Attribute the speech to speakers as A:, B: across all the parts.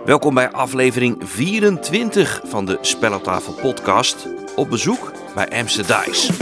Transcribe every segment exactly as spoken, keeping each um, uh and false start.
A: Welkom bij aflevering vierentwintig van de Spel op Tafel podcast. Op bezoek bij Amster Dice.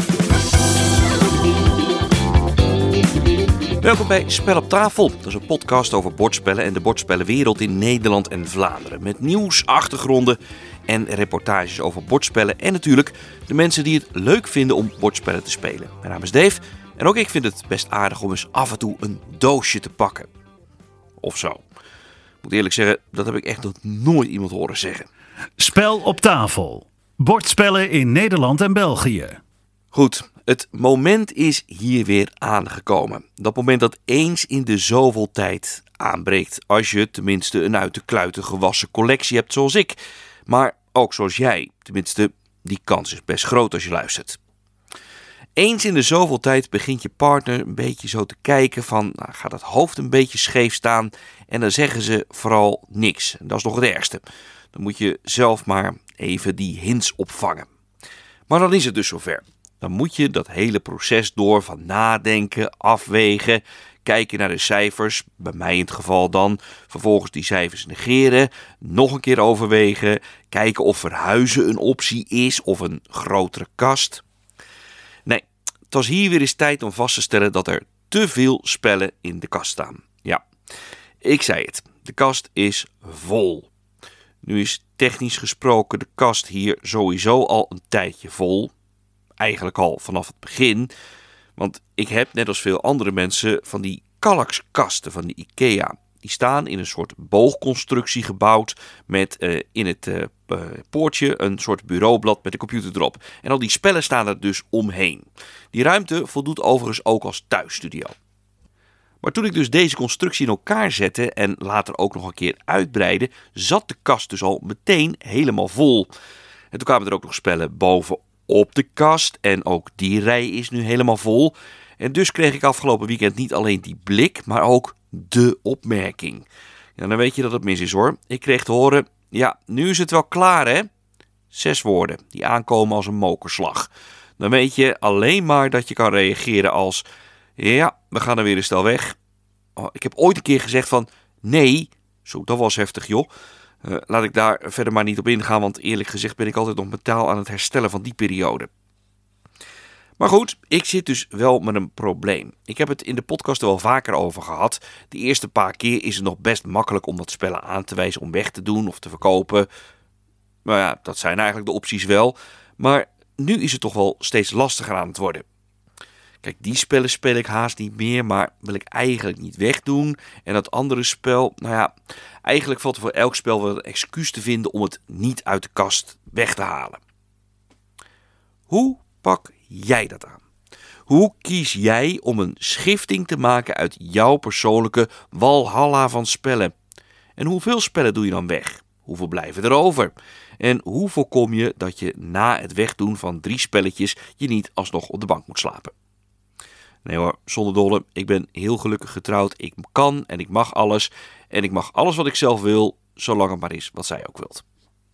A: Welkom bij Spel op Tafel. Dat is een podcast over bordspellen en de bordspellenwereld in Nederland en Vlaanderen. Met nieuws, achtergronden en reportages over bordspellen. En natuurlijk de mensen die het leuk vinden om bordspellen te spelen. Mijn naam is Dave en ook ik vind het best aardig om eens af en toe een doosje te pakken. Of zo. Ik moet eerlijk zeggen, dat heb ik echt nog nooit iemand horen zeggen.
B: Spel op tafel. Bordspellen in Nederland en België.
A: Goed, het moment is hier weer aangekomen. Dat moment dat eens in de zoveel tijd aanbreekt. Als je tenminste een uit de kluiten gewassen collectie hebt zoals ik. Maar ook zoals jij. Tenminste, die kans is best groot als je luistert. Eens in de zoveel tijd begint je partner een beetje zo te kijken van, nou, gaat het hoofd een beetje scheef staan en dan zeggen ze vooral niks. En dat is nog het ergste. Dan moet je zelf maar even die hints opvangen. Maar dan is het dus zover. Dan moet je dat hele proces door van nadenken, afwegen, kijken naar de cijfers, bij mij in het geval dan, vervolgens die cijfers negeren, nog een keer overwegen, kijken of verhuizen een optie is of een grotere kast. Nee, het was hier weer eens tijd om vast te stellen dat er te veel spellen in de kast staan. Ja, ik zei het. De kast is vol. Nu is technisch gesproken de kast hier sowieso al een tijdje vol. Eigenlijk al vanaf het begin. Want ik heb net als veel andere mensen van die Kallax-kasten van de IKEA. Die staan in een soort boogconstructie gebouwd met uh, in het uh, poortje een soort bureaublad met een computer erop. En al die spellen staan er dus omheen. Die ruimte voldoet overigens ook als thuisstudio. Maar toen ik dus deze constructie in elkaar zette en later ook nog een keer uitbreidde, zat de kast dus al meteen helemaal vol. En toen kwamen er ook nog spellen bovenop de kast en ook die rij is nu helemaal vol. En dus kreeg ik afgelopen weekend niet alleen die blik, maar ook de opmerking. Ja, dan weet je dat het mis is hoor. Ik kreeg te horen, ja, nu is het wel klaar hè. Zes woorden die aankomen als een mokerslag. Dan weet je alleen maar dat je kan reageren als, ja, we gaan er weer een stel weg. Oh, ik heb ooit een keer gezegd van, nee, zo, dat was heftig joh. Uh, laat ik daar verder maar niet op ingaan, want eerlijk gezegd ben ik altijd nog mentaal aan het herstellen van die periode. Maar goed, ik zit dus wel met een probleem. Ik heb het in de podcast er wel vaker over gehad. De eerste paar keer is het nog best makkelijk om wat spellen aan te wijzen om weg te doen of te verkopen. Nou ja, dat zijn eigenlijk de opties wel. Maar nu is het toch wel steeds lastiger aan het worden. Kijk, die spellen speel ik haast niet meer, maar wil ik eigenlijk niet wegdoen. En dat andere spel, nou ja, eigenlijk valt er voor elk spel wel een excuus te vinden om het niet uit de kast weg te halen. Hoe pak jij dat aan? Hoe kies jij om een schifting te maken uit jouw persoonlijke walhalla van spellen? En hoeveel spellen doe je dan weg? Hoeveel blijven er over? En hoe voorkom je dat je na het wegdoen van drie spelletjes je niet alsnog op de bank moet slapen? Nee hoor, zonder dolle, ik ben heel gelukkig getrouwd. Ik kan en ik mag alles. En ik mag alles wat ik zelf wil, zolang het maar is wat zij ook wilt.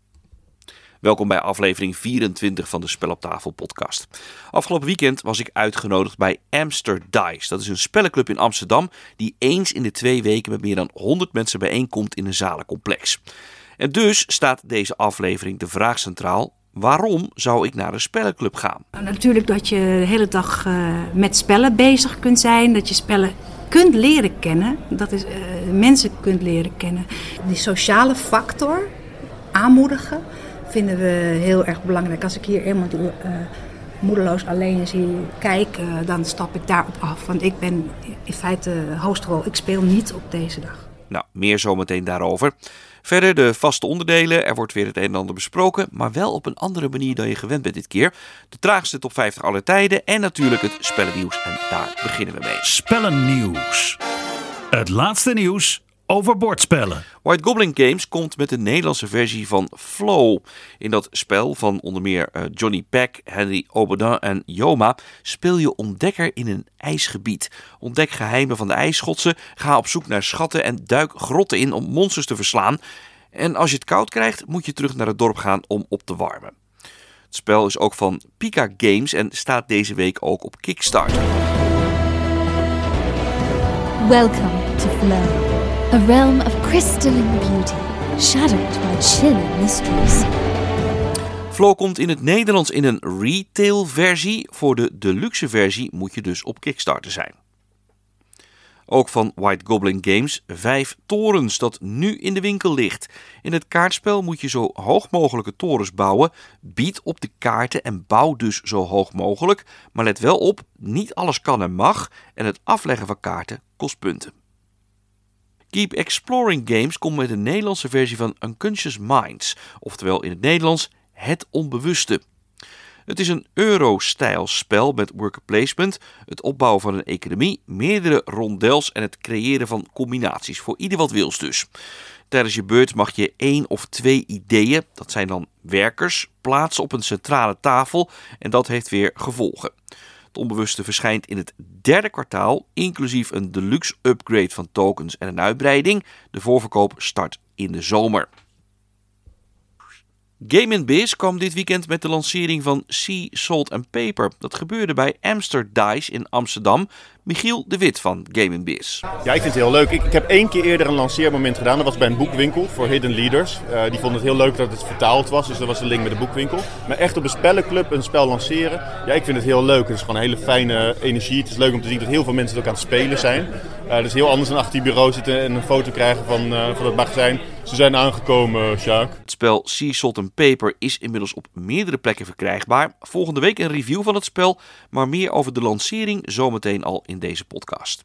A: Welkom bij aflevering vierentwintig van de Spel op Tafel podcast. Afgelopen weekend was ik uitgenodigd bij Amster Dice. Dat is een spellenclub in Amsterdam die eens in de twee weken met meer dan honderd mensen bijeenkomt in een zalencomplex. En dus staat deze aflevering de vraag centraal: waarom zou ik naar een spellenclub gaan?
C: Natuurlijk dat je de hele dag uh, met spellen bezig kunt zijn. Dat je spellen kunt leren kennen. Dat is uh, mensen kunt leren kennen. Die sociale factor, aanmoedigen, vinden we heel erg belangrijk. Als ik hier iemand uh, moedeloos alleen zie kijken, dan stap ik daarop af. Want ik ben in feite hostrol. Ik speel niet op deze dag.
A: Nou, meer zometeen daarover. Verder de vaste onderdelen. Er wordt weer het een en ander besproken, maar wel op een andere manier dan je gewend bent dit keer. De traagste top vijftig aller tijden en natuurlijk het spellennieuws. En daar beginnen we mee.
B: Spellennieuws. Het laatste nieuws over bordspellen.
A: White Goblin Games komt met een Nederlandse versie van Flow. In dat spel van onder meer uh, Johnny Peck, Henry Aubodin en Joma speel je ontdekker in een ijsgebied. Ontdek geheimen van de ijsschotsen, ga op zoek naar schatten en duik grotten in om monsters te verslaan. En als je het koud krijgt, moet je terug naar het dorp gaan om op te warmen. Het spel is ook van Pika Games en staat deze week ook op Kickstarter.
D: Welcome to Flow, a realm of crystalline beauty, shadowed by chilling mysteries.
A: Flow komt in het Nederlands in een retail-versie. Voor de deluxe versie moet je dus op Kickstarter zijn. Ook van White Goblin Games Vijf Torens, dat nu in de winkel ligt. In het kaartspel moet je zo hoog mogelijke torens bouwen. Bied op de kaarten en bouw dus zo hoog mogelijk. Maar let wel op, niet alles kan en mag. En het afleggen van kaarten kost punten. Keep Exploring Games komt met een Nederlandse versie van Unconscious Minds. Oftewel in het Nederlands Het Onbewuste. Het is een Euro-stijl spel met worker placement, het opbouwen van een economie, meerdere rondels en het creëren van combinaties. Voor ieder wat wils dus. Tijdens je beurt mag je één of twee ideeën, dat zijn dan werkers, plaatsen op een centrale tafel en dat heeft weer gevolgen. Het Onbewuste verschijnt in het derde kwartaal, inclusief een deluxe upgrade van tokens en een uitbreiding. De voorverkoop start in de zomer. Game and Biz kwam dit weekend met de lancering van Sea, Salt and Paper. Dat gebeurde bij Amster Dice in Amsterdam. Michiel de Wit van Game and Biz.
E: Ja, ik vind het heel leuk. Ik, ik heb één keer eerder een lanceermoment gedaan. Dat was bij een boekwinkel voor Hidden Leaders. Uh, die vonden het heel leuk dat het vertaald was. Dus dat was de link met de boekwinkel. Maar echt op een spellenclub een spel lanceren. Ja, ik vind het heel leuk. Het is gewoon een hele fijne energie. Het is leuk om te zien dat heel veel mensen het ook aan het spelen zijn. Uh, dus heel anders dan achter die bureau zitten en een foto krijgen van, uh, van het magazijn. Ze zijn aangekomen, Sjaak.
A: Het spel Sea, Salt and Paper is inmiddels op meerdere plekken verkrijgbaar. Volgende week een review van het spel, maar meer over de lancering zometeen al in deze podcast.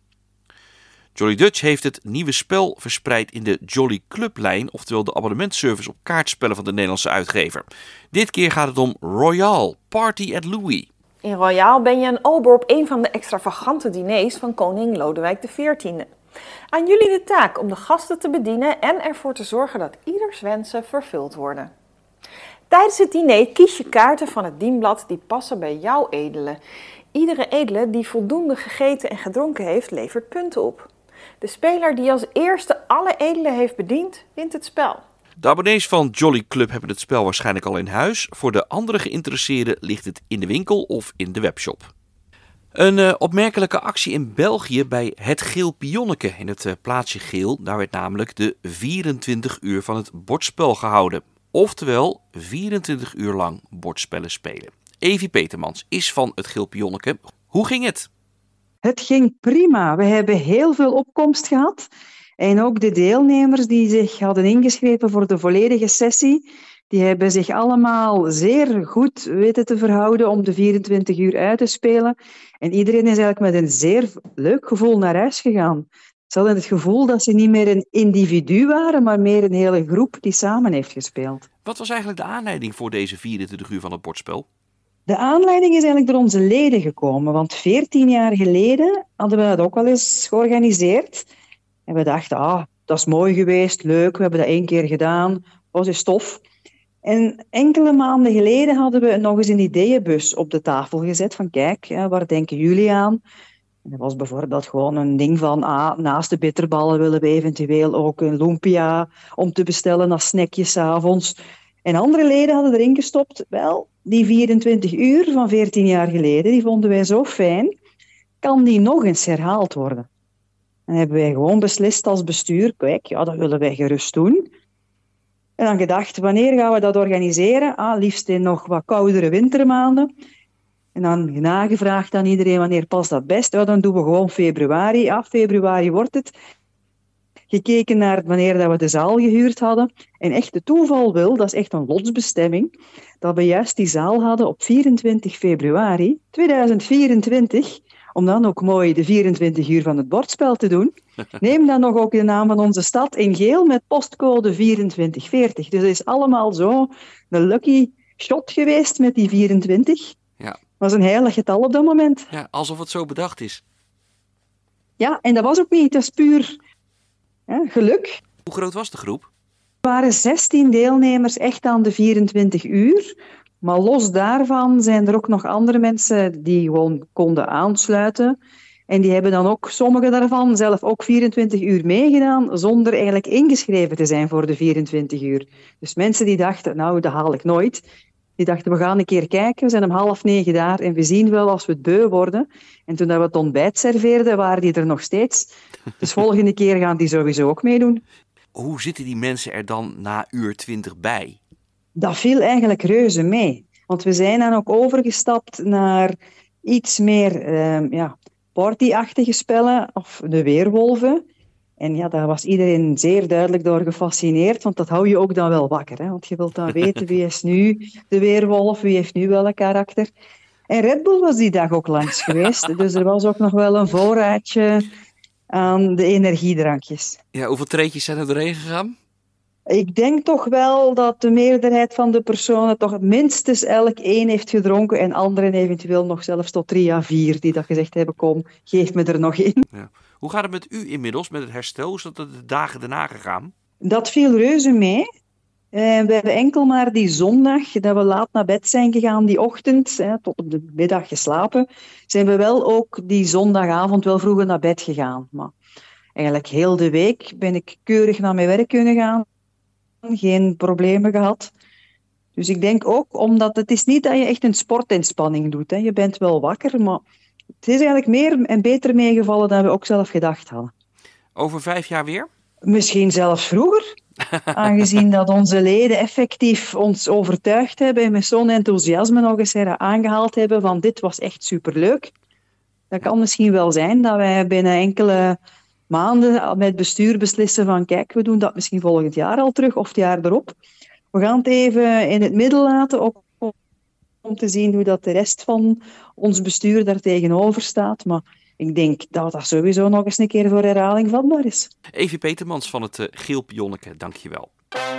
A: Jolly Dutch heeft het nieuwe spel verspreid in de Jolly Club-lijn, oftewel de abonnementservice op kaartspellen van de Nederlandse uitgever. Dit keer gaat het om Royale, Party at Louis.
F: In Royale ben je een ober op een van de extravagante diners van koning Lodewijk de veertiende. Aan jullie de taak om de gasten te bedienen en ervoor te zorgen dat ieders wensen vervuld worden. Tijdens het diner kies je kaarten van het dienblad die passen bij jouw edele. Iedere edele die voldoende gegeten en gedronken heeft, levert punten op. De speler die als eerste alle edelen heeft bediend, wint het spel.
A: De abonnees van Jolly Club hebben het spel waarschijnlijk al in huis. Voor de andere geïnteresseerden ligt het in de winkel of in de webshop. Een uh, opmerkelijke actie in België bij Het Geel Pionneke in het uh, plaatsje Geel. Daar werd namelijk de vierentwintig uur van het bordspel gehouden. Oftewel vierentwintig uur lang bordspellen spelen. Evie Petermans is van Het Geel Pionneke. Hoe ging het?
G: Het ging prima. We hebben heel veel opkomst gehad. En ook de deelnemers die zich hadden ingeschreven voor de volledige sessie, die hebben zich allemaal zeer goed weten te verhouden om de vierentwintig uur uit te spelen. En iedereen is eigenlijk met een zeer leuk gevoel naar huis gegaan. Ze hadden het gevoel dat ze niet meer een individu waren, maar meer een hele groep die samen heeft gespeeld.
A: Wat was eigenlijk de aanleiding voor deze vierentwintig uur van het bordspel?
G: De aanleiding is eigenlijk door onze leden gekomen, want veertien jaar geleden hadden we dat ook al eens georganiseerd. En we dachten, ah, dat is mooi geweest, leuk, we hebben dat één keer gedaan, was eens tof. En enkele maanden geleden hadden we nog eens een ideeënbus op de tafel gezet van kijk, waar denken jullie aan? En dat was bijvoorbeeld gewoon een ding van, ah, naast de bitterballen willen we eventueel ook een lumpia om te bestellen als snackje 's avonds. En andere leden hadden erin gestopt, wel, die vierentwintig uur van veertien jaar geleden, die vonden wij zo fijn, kan die nog eens herhaald worden? En hebben wij gewoon beslist als bestuur, kijk, ja, dat willen wij gerust doen. En dan gedacht, wanneer gaan we dat organiseren? Ah, liefst in nog wat koudere wintermaanden. En dan nagevraagd aan iedereen, wanneer past dat best? Ja, dan doen we gewoon februari. Ah, februari wordt het. Gekeken naar wanneer dat we de zaal gehuurd hadden. En echt de toeval wil, dat is echt een lotsbestemming, dat we juist die zaal hadden op vierentwintig februari tweeduizend vierentwintig... om dan ook mooi de vierentwintig uur van het bordspel te doen. Neem dan nog ook de naam van onze stad in geel met postcode vierentwintig veertig. Dus het is allemaal zo een lucky shot geweest met die vierentwintig.
A: Ja.
G: Dat was een heilig getal op dat moment.
A: Ja, alsof het zo bedacht is.
G: Ja, en dat was ook niet. Dat is puur ja, geluk.
A: Hoe groot was de groep?
G: Er waren zestien deelnemers echt aan de vierentwintig uur. Maar los daarvan zijn er ook nog andere mensen die gewoon konden aansluiten. En die hebben dan ook, sommige daarvan, zelf ook vierentwintig uur meegedaan, zonder eigenlijk ingeschreven te zijn voor de vierentwintig uur. Dus mensen die dachten, nou, dat haal ik nooit. Die dachten, we gaan een keer kijken, we zijn om half negen daar en we zien wel als we het beu worden. En toen we het ontbijt serveerden, waren die er nog steeds. Dus volgende keer gaan die sowieso ook meedoen.
A: hoe zitten die mensen er dan na uur twintig bij?
G: Dat viel eigenlijk reuze mee. Want we zijn dan ook overgestapt naar iets meer uh, ja, partyachtige spellen, of de weerwolven. En ja, daar was iedereen zeer duidelijk door gefascineerd, want dat hou je ook dan wel wakker. Hè? Want je wilt dan weten wie is nu de weerwolf, wie heeft nu welk karakter. En Red Bull was die dag ook langs geweest, dus er was ook nog wel een voorraadje aan de energiedrankjes.
A: Ja, hoeveel treetjes zijn er doorheen gegaan?
G: Ik denk toch wel dat de meerderheid van de personen toch minstens elk één heeft gedronken en anderen eventueel nog zelfs tot drie à vier die dat gezegd hebben, kom, geef me er nog in.
A: Ja. Hoe gaat het met u inmiddels, met het herstel? Hoe is dat de dagen daarna gegaan?
G: Dat viel reuze mee. Uh, we hebben enkel maar die zondag, dat we laat naar bed zijn gegaan, die ochtend, hè, tot op de middag geslapen, zijn we wel ook die zondagavond wel vroeger naar bed gegaan. Maar eigenlijk heel de week ben ik keurig naar mijn werk kunnen gaan. Geen problemen gehad. Dus ik denk ook, omdat het is niet dat je echt een sportinspanning doet. Hè. Je bent wel wakker, maar het is eigenlijk meer en beter meegevallen dan we ook zelf gedacht hadden.
A: Over vijf jaar weer?
G: Misschien zelfs vroeger. Aangezien dat onze leden effectief ons overtuigd hebben en met zo'n enthousiasme nog eens aangehaald hebben van dit was echt superleuk. Dat kan misschien wel zijn dat wij binnen enkele maanden met bestuur beslissen van kijk, we doen dat misschien volgend jaar al terug of het jaar erop. We gaan het even in het midden laten ook om te zien hoe dat de rest van ons bestuur daar tegenover staat. Maar ik denk dat dat sowieso nog eens een keer voor herhaling vatbaar is.
A: Evie Petermans van het uh, Geel Pionneke, dankjewel.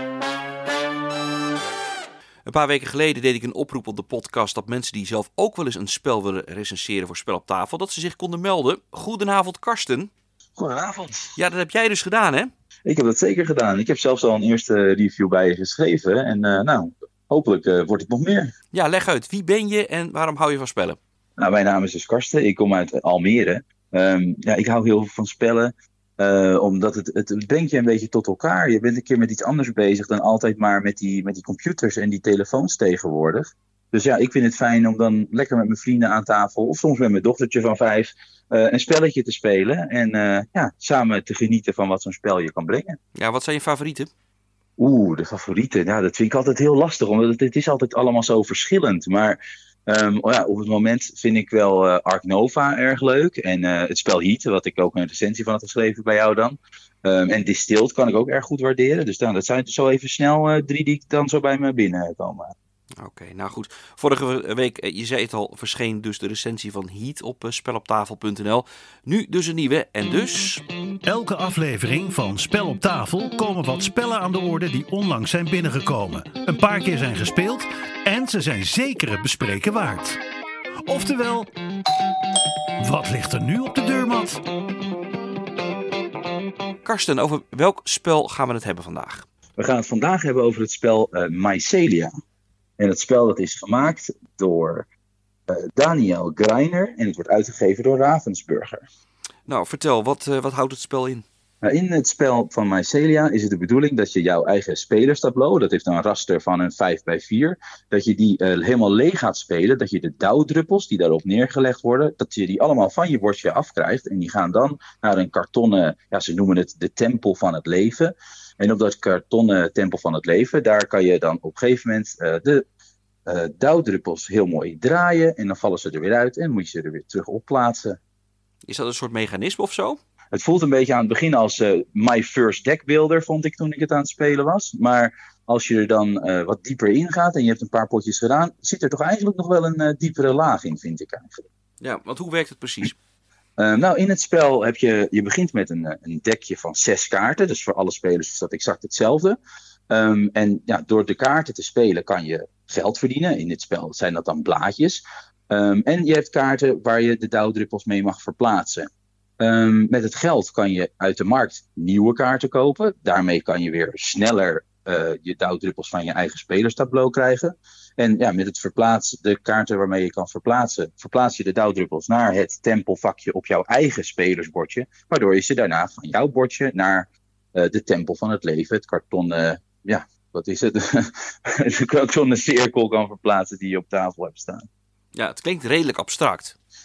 A: Een paar weken geleden deed ik een oproep op de podcast dat mensen die zelf ook wel eens een spel willen recenseren voor Spel op Tafel, dat ze zich konden melden. Goedenavond, Karsten.
H: Goedenavond.
A: Ja, dat heb jij dus gedaan, hè?
H: Ik heb dat zeker gedaan. Ik heb zelfs al een eerste review bij je geschreven. En uh, nou, hopelijk uh, wordt het nog meer.
A: Ja, leg uit. Wie ben je en waarom hou je van spellen?
H: Nou, mijn naam is dus Karsten. Ik kom uit Almere. Um, ja, ik hou heel veel van spellen. Uh, omdat het, het brengt je een beetje tot elkaar. Je bent een keer met iets anders bezig dan altijd maar met die, met die computers en die telefoons tegenwoordig. Dus ja, ik vind het fijn om dan lekker met mijn vrienden aan tafel, of soms met mijn dochtertje van vijf, uh, een spelletje te spelen. En uh, ja, samen te genieten van wat zo'n spel je kan brengen.
A: Ja, wat zijn je favorieten?
H: Oeh, de favorieten. Nou, dat vind ik altijd heel lastig, omdat het, het is altijd allemaal zo verschillend. Maar um, oh ja, op het moment vind ik wel uh, Ark Nova erg leuk. En uh, het spel Heat, wat ik ook een recensie van had geschreven bij jou dan. Um, en Distilled kan ik ook erg goed waarderen. Dus nou, dat zijn zo even snel uh, drie die ik dan zo bij me binnenkomen.
A: Oké, okay, nou goed. Vorige week, je zei het al, verscheen dus de recensie van Heat op speloptafel punt n l. Nu dus een nieuwe en dus...
B: Elke aflevering van Spel op Tafel komen wat spellen aan de orde die onlangs zijn binnengekomen. Een paar keer zijn gespeeld en ze zijn zeker het bespreken waard. Oftewel, wat ligt er nu op de deurmat?
A: Karsten, over welk spel gaan we het hebben vandaag?
H: We gaan het vandaag hebben over het spel uh, Mycelia. En het spel dat is gemaakt door uh, Daniel Greiner en het wordt uitgegeven door Ravensburger.
A: Nou, vertel, wat, uh, wat houdt het spel in?
H: Nou, in het spel van Mycelia is het de bedoeling dat je jouw eigen spelerstableau, dat heeft een raster van een vijf bij vier, dat je die uh, helemaal leeg gaat spelen, dat je de dauwdruppels die daarop neergelegd worden, dat je die allemaal van je bordje afkrijgt en die gaan dan naar een kartonnen, ja, ze noemen het de tempel van het leven. En op dat kartonnen tempel van het leven, daar kan je dan op een gegeven moment uh, de uh, dauwdruppels heel mooi draaien. En dan vallen ze er weer uit en moet je ze er weer terug op plaatsen.
A: Is dat een soort mechanisme of zo?
H: Het voelt een beetje aan het begin als uh, My First Deck Builder, vond ik toen ik het aan het spelen was. Maar als je er dan uh, wat dieper in gaat en je hebt een paar potjes gedaan, zit er toch eigenlijk nog wel een uh, diepere laag in, vind ik eigenlijk.
A: Ja, want hoe werkt het precies?
H: Uh, nou, in het spel heb je, je begint met een, een dekje van zes kaarten. Dus voor alle spelers is dat exact hetzelfde. Um, en ja, door de kaarten te spelen kan je geld verdienen. In dit spel zijn dat dan blaadjes. Um, en je hebt kaarten waar je de dauwdruppels mee mag verplaatsen. Um, met het geld kan je uit de markt nieuwe kaarten kopen. Daarmee kan je weer sneller uh, je dauwdruppels van je eigen spelerstableau krijgen. En ja, met het verplaatsen, de kaarten waarmee je kan verplaatsen, verplaats je de dauwdruppels naar het tempelvakje op jouw eigen spelersbordje. Waardoor je ze daarna van jouw bordje naar uh, de tempel van het leven, het kartonnen, ja, wat is het? de kartonnen cirkel kan verplaatsen die je op tafel hebt staan.
A: Ja, het klinkt redelijk abstract.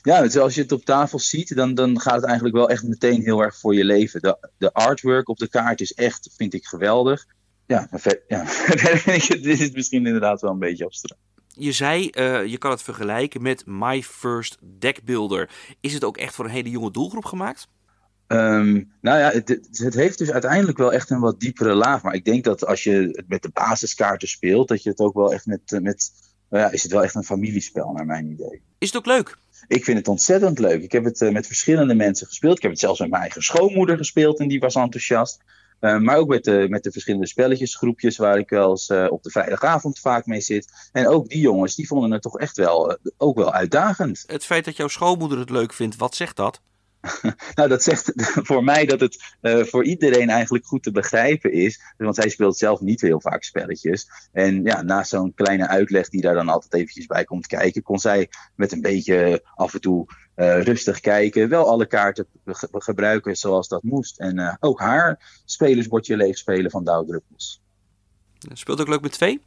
H: Ja, dus als je het op tafel ziet, dan, dan gaat het eigenlijk wel echt meteen heel erg voor je leven. De, de artwork op de kaart is echt, vind ik, geweldig. Ja, ver, ja dit is misschien inderdaad wel een beetje abstract.
A: Je zei, uh, je kan het vergelijken met My First Deck Builder. Is het ook echt voor een hele jonge doelgroep gemaakt?
H: Um, nou ja, het, het heeft dus uiteindelijk wel echt een wat diepere laag. Maar ik denk dat als je het met de basiskaarten speelt, dat je het ook wel echt met... met nou ja, is het wel echt een familiespel, naar mijn idee.
A: Is het ook leuk?
H: Ik vind het ontzettend leuk. Ik heb het uh, met verschillende mensen gespeeld. Ik heb het zelfs met mijn eigen schoonmoeder gespeeld en die was enthousiast. Uh, maar ook met de, met de verschillende spelletjesgroepjes waar ik wel eens uh, op de vrijdagavond vaak mee zit. En ook die jongens, die vonden het toch echt wel, uh, ook wel uitdagend.
A: Het feit dat jouw schoonmoeder het leuk vindt, wat zegt dat?
H: Nou, dat zegt voor mij dat het uh, voor iedereen eigenlijk goed te begrijpen is. Want zij speelt zelf niet heel vaak spelletjes. En ja, naast zo'n kleine uitleg die daar dan altijd eventjes bij komt kijken, kon zij met een beetje af en toe uh, rustig kijken, wel alle kaarten ge- gebruiken zoals dat moest. En uh, ook haar spelersbordje leegspelen van dauwdruppels.
A: Speelt ook leuk met twee?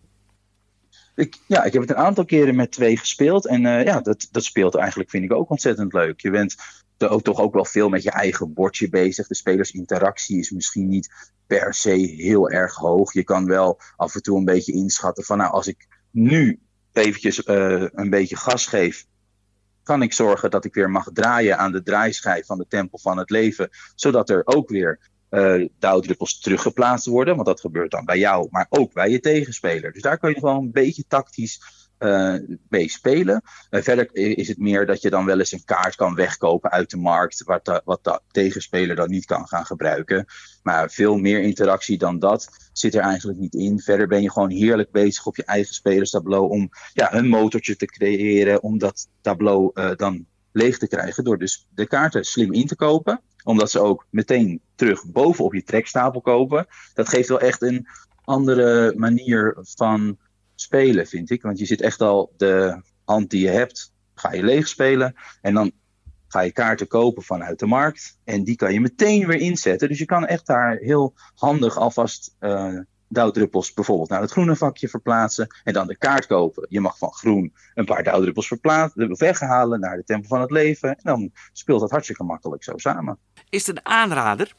H: Ik, ja, ik heb het een aantal keren met twee gespeeld. En uh, ja, dat, dat speelt eigenlijk, vind ik, ook ontzettend leuk. Je bent er ook toch ook wel veel met je eigen bordje bezig. De spelersinteractie is misschien niet per se heel erg hoog. Je kan wel af en toe een beetje inschatten van, nou, als ik nu eventjes uh, een beetje gas geef, kan ik zorgen dat ik weer mag draaien aan de draaischijf van de Tempel van het Leven, zodat er ook weer uh, dauwdruppels teruggeplaatst worden. Want dat gebeurt dan bij jou, maar ook bij je tegenspeler. Dus daar kun je gewoon een beetje tactisch Uh, mee spelen. Uh, verder is het meer dat je dan wel eens een kaart kan wegkopen uit de markt, wat de, wat de tegenspeler dan niet kan gaan gebruiken. Maar veel meer interactie dan dat zit er eigenlijk niet in. Verder ben je gewoon heerlijk bezig op je eigen spelerstableau om ja, een motortje te creëren, om dat tableau uh, dan leeg te krijgen door dus de kaarten slim in te kopen, omdat ze ook meteen terug boven op je trekstapel kopen. Dat geeft wel echt een andere manier van spelen, vind ik. Want je zit echt al de hand die je hebt, ga je leeg spelen. En dan ga je kaarten kopen vanuit de markt. En die kan je meteen weer inzetten. Dus je kan echt daar heel handig alvast uh, dauwdruppels bijvoorbeeld naar het groene vakje verplaatsen. En dan de kaart kopen. Je mag van groen een paar dauwdruppels verplaatsen, weghalen naar de Tempel van het Leven. En dan speelt dat hartstikke makkelijk zo samen.
A: Is het een aanrader?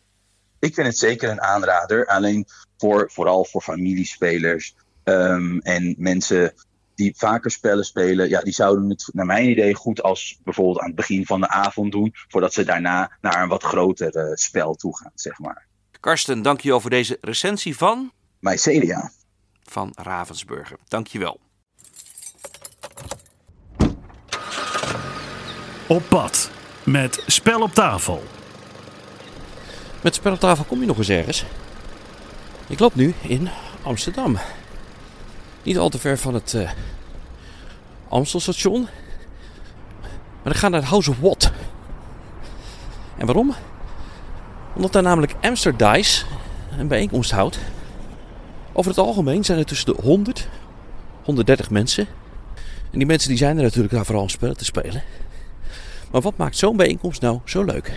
H: Ik vind het zeker een aanrader. Alleen voor, vooral voor familiespelers. Um, en mensen die vaker spellen spelen, ja, die zouden het naar mijn idee goed als bijvoorbeeld aan het begin van de avond doen, voordat ze daarna naar een wat groter uh, spel toe gaan, zeg maar.
A: Karsten, dank je wel voor deze recensie van
H: Mycelia
A: van Ravensburger. Dank je wel.
B: Op pad met Spel op tafel.
A: Met Spel op tafel kom je nog eens ergens. Ik loop nu in Amsterdam. Niet al te ver van het uh, Amstelstation. Maar ik ga naar het House of Watt. En waarom? Omdat daar namelijk Amsterdice een bijeenkomst houdt. Over het algemeen zijn er tussen de honderd, honderddertig mensen. En die mensen die zijn er natuurlijk daar vooral om spellen te spelen. Maar wat maakt zo'n bijeenkomst nou zo leuk?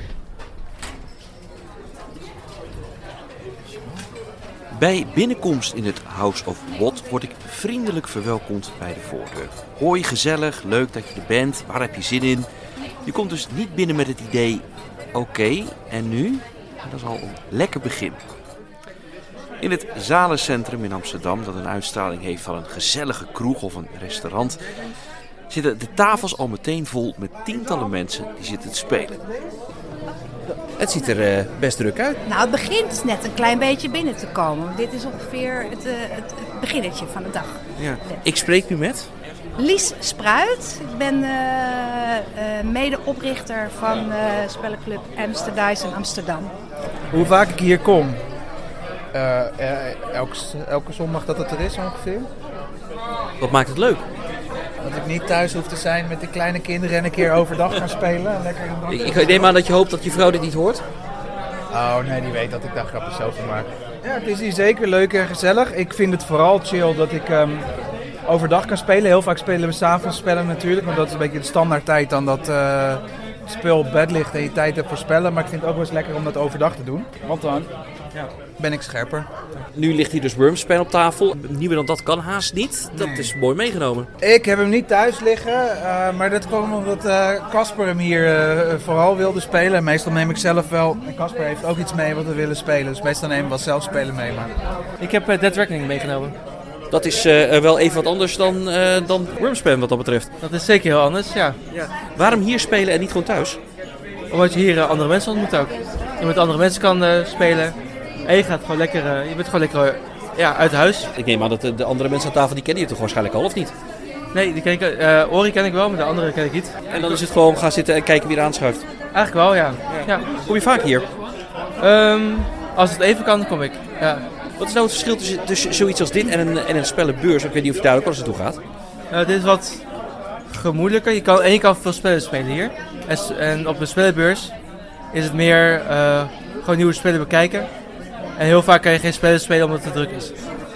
A: Bij binnenkomst in het House of Watt word ik vriendelijk verwelkomd bij de voordeur. Hoi, gezellig, leuk dat je er bent, waar heb je zin in? Je komt dus niet binnen met het idee, oké, okay, en nu? Dat is al een lekker begin. In het Zalencentrum in Amsterdam, dat een uitstraling heeft van een gezellige kroeg of een restaurant, zitten de tafels al meteen vol met tientallen mensen die zitten te spelen. Het ziet er uh, best druk uit.
C: Nou, het begint net een klein beetje binnen te komen. Dit is ongeveer het, uh, het, het beginnetje van de dag.
A: Ja. Ik spreek nu met
C: Lies Spruit. Ik ben uh, uh, medeoprichter van uh, spellenclub Amsterdice in Amsterdam.
I: Hoe vaak ik hier kom? Uh, uh, elke, elke zondag dat het er is ongeveer.
A: Wat maakt het leuk?
I: Dat ik niet thuis hoef te zijn met de kleine kinderen en een keer overdag gaan spelen. En lekker
A: ik, ik neem aan dat je hoopt dat je vrouw dit niet hoort.
I: Oh nee, die weet dat ik daar grapjes over maak. Ja, het is hier zeker leuk en gezellig. Ik vind het vooral chill dat ik um, overdag kan spelen. Heel vaak spelen we 's avonds spellen natuurlijk. Want dat is een beetje de standaard tijd dan dat uh, het spel op bed ligt en je tijd hebt voor spellen. Maar ik vind het ook wel eens lekker om dat overdag te doen.
J: Wat dan?
I: ja. ben ik scherper.
J: Nu ligt hier dus Wormspan op tafel. Nieuwer dan dat kan haast niet. Dat
I: Nee.
J: is mooi meegenomen.
I: Ik heb hem niet thuis liggen, uh, maar dat kwam omdat Casper uh, hem hier uh, vooral wilde spelen. En meestal neem ik zelf wel, en Casper heeft ook iets mee wat we willen spelen. Dus meestal nemen we wel zelf spelen mee. Maar...
K: Ik heb uh, Dead Reckoning meegenomen.
J: Dat is uh, wel even wat anders dan, uh, dan Wormspan wat dat betreft.
K: Dat is zeker heel anders, ja.
J: ja. Waarom hier spelen en niet gewoon thuis?
K: Omdat je hier uh, andere mensen ontmoet ook. Je met andere mensen kan uh, spelen. En je gaat gewoon lekker, uh, je bent gewoon lekker uh, ja, uit huis.
J: Ik neem aan dat de, de andere mensen aan tafel, die kennen je toch waarschijnlijk al, of niet?
K: Nee, die ken ik, uh, Ori ken ik wel, maar de andere ken ik niet.
J: En dan is het gewoon gaan zitten en kijken wie er aanschuift?
K: Eigenlijk wel, ja. ja.
J: Kom je vaak hier?
K: Um, als het even kan, kom ik. Ja.
J: Wat is nou het verschil tussen, tussen zoiets als dit en een, en een spellenbeurs? Ik weet niet of je daar ook wel eens naartoe gaat.
K: Uh, dit is wat gemoedelijker. Je kan, en je kan veel spellen spelen hier. En, en op de spellenbeurs is het meer uh, gewoon nieuwe spellen bekijken. En heel vaak kan je geen spellen spelen omdat het te druk is.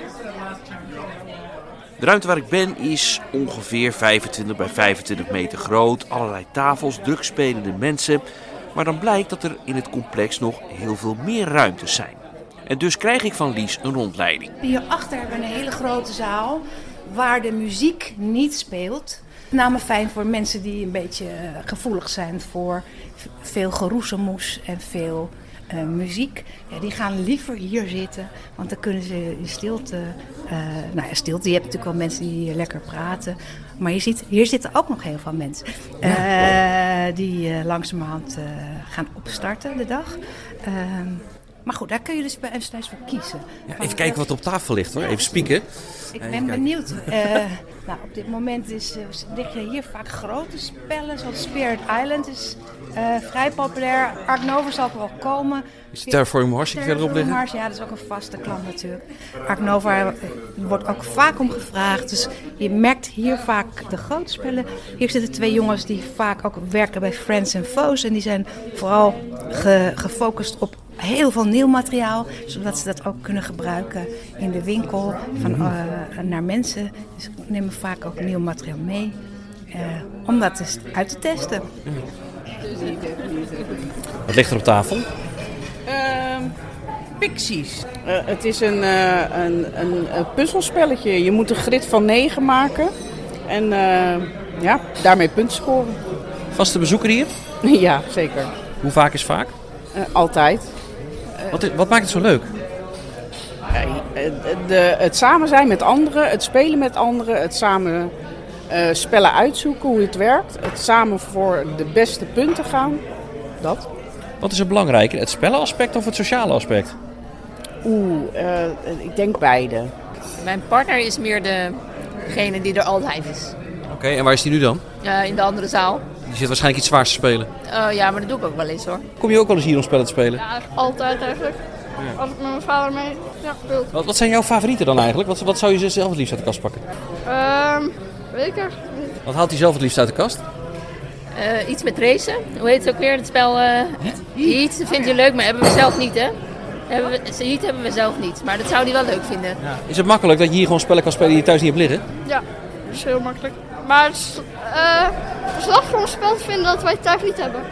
A: De ruimte waar ik ben is ongeveer vijfentwintig bij vijfentwintig meter groot. Allerlei tafels, druk spelende mensen. Maar dan blijkt dat er in het complex nog heel veel meer ruimtes zijn. En dus krijg ik van Lies een rondleiding.
C: Hierachter hebben we een hele grote zaal waar de muziek niet speelt. Met name fijn voor mensen die een beetje gevoelig zijn voor veel geroezemoes en veel uh, muziek. Ja, die gaan liever hier zitten, want dan kunnen ze in stilte... Uh, nou ja, stilte. Je hebt natuurlijk wel mensen die lekker praten. Maar je ziet, hier zitten ook nog heel veel mensen. Uh, die uh, langzamerhand uh, gaan opstarten de dag. Uh, Maar goed, daar kun je dus bij Amsterdam voor kiezen.
J: Ja, even kijken wat er op tafel ligt hoor, even spieken.
C: Ik ben benieuwd. Uh, nou, op dit moment is, uh, liggen hier vaak grote spellen, zoals Spirit Island is uh, vrij populair. Ark Nova zal wel komen.
J: Is Terraforming Mars die verderop liggen?
C: Mars, ja, dat is ook een vaste klant natuurlijk. Ark Nova wordt ook vaak om gevraagd, dus je merkt hier vaak de grote spellen. Hier zitten twee jongens die vaak ook werken bij Friends and Foes en die zijn vooral ge- gefocust op heel veel nieuw materiaal, zodat ze dat ook kunnen gebruiken in de winkel van, uh, naar mensen. Dus we nemen vaak ook nieuw materiaal mee uh, om dat eens uit te testen.
J: Wat ligt er op tafel?
L: Uh, Pixies. Uh, het is een, uh, een, een, een puzzelspelletje. Je moet een grid van negen maken en uh, ja, daarmee punten scoren.
J: Vaste bezoeker hier?
L: Ja, zeker.
J: Hoe vaak is vaak?
L: Uh, altijd.
J: Wat, wat maakt het zo leuk?
L: De, het samen zijn met anderen, het spelen met anderen, het samen uh, spellen uitzoeken, hoe het werkt. Het samen voor de beste punten gaan. Dat.
J: Wat is er belangrijker, het spellenaspect of het sociale aspect?
L: Oeh, uh, ik denk beide.
M: Mijn partner is meer degene die er altijd is.
J: Oké, okay, en waar is die nu dan?
M: Uh, in de andere zaal.
J: Die zit waarschijnlijk iets zwaars te spelen.
M: Uh, ja, maar dat doe ik ook wel eens hoor.
J: Kom je ook wel eens hier om spellen te spelen?
N: Ja, altijd eigenlijk. Ja. Als ik met mijn vader mee ja, speel.
J: Wat, wat zijn jouw favorieten dan eigenlijk? Wat, wat zou je zelf het liefst uit de kast pakken?
N: Um, weet ik echt niet.
J: Wat haalt hij zelf het liefst uit de kast?
M: Uh, iets met racen. Hoe heet het ook weer? Het spel uh, Heat. Dat vindt hij leuk, maar hebben we zelf niet hè? Hebben we, Heat hebben we zelf niet, maar dat zou hij wel leuk vinden. Ja.
J: Is het makkelijk dat je hier gewoon spellen kan spelen die je thuis niet hebt liggen?
N: Ja, dat is heel makkelijk. Maar het is, uh, het is lastig om een spel te vinden dat wij thuis niet hebben.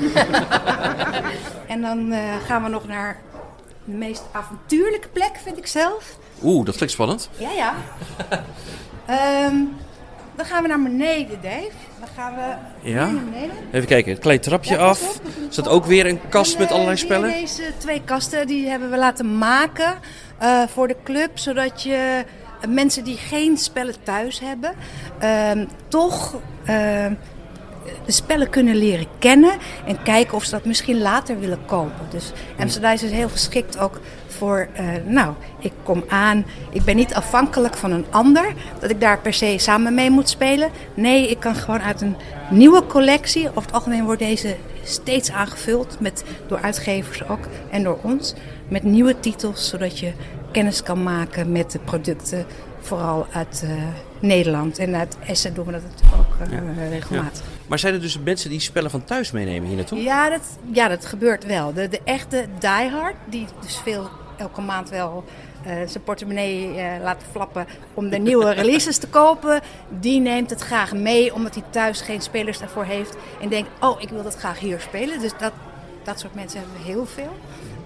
C: En dan uh, gaan we nog naar de meest avontuurlijke plek, vind ik zelf.
J: Oeh, dat klinkt spannend.
C: Ja, ja. um, dan gaan we naar beneden, Dave. Dan gaan we
J: ja.
C: naar beneden.
J: Even kijken, het klein trapje ja, af. Er staat ook weer een kast en, met allerlei spellen.
C: Deze twee kasten die hebben we laten maken uh, voor de club, zodat je uh, mensen die geen spellen thuis hebben, uh, toch uh, de spellen kunnen leren kennen en kijken of ze dat misschien later willen kopen. Dus Amsterdam is heel geschikt ook voor, uh, nou, ik kom aan, ik ben niet afhankelijk van een ander, dat ik daar per se samen mee moet spelen. Nee, ik kan gewoon uit een nieuwe collectie, over het algemeen wordt deze steeds aangevuld, met, door uitgevers ook en door ons, met nieuwe titels, zodat je kennis kan maken met de producten, vooral uit uh, Nederland. En uit Essen doen we dat natuurlijk ook uh, ja. regelmatig.
J: Ja. Maar zijn er dus mensen die spellen van thuis meenemen hier naartoe?
C: Ja, dat, ja, dat gebeurt wel. De, de echte diehard, die dus veel elke maand wel uh, zijn portemonnee uh, laat flappen om de nieuwe releases te kopen, die neemt het graag mee, omdat hij thuis geen spelers daarvoor heeft en denkt, oh, ik wil dat graag hier spelen. Dus dat, dat soort mensen hebben we heel veel.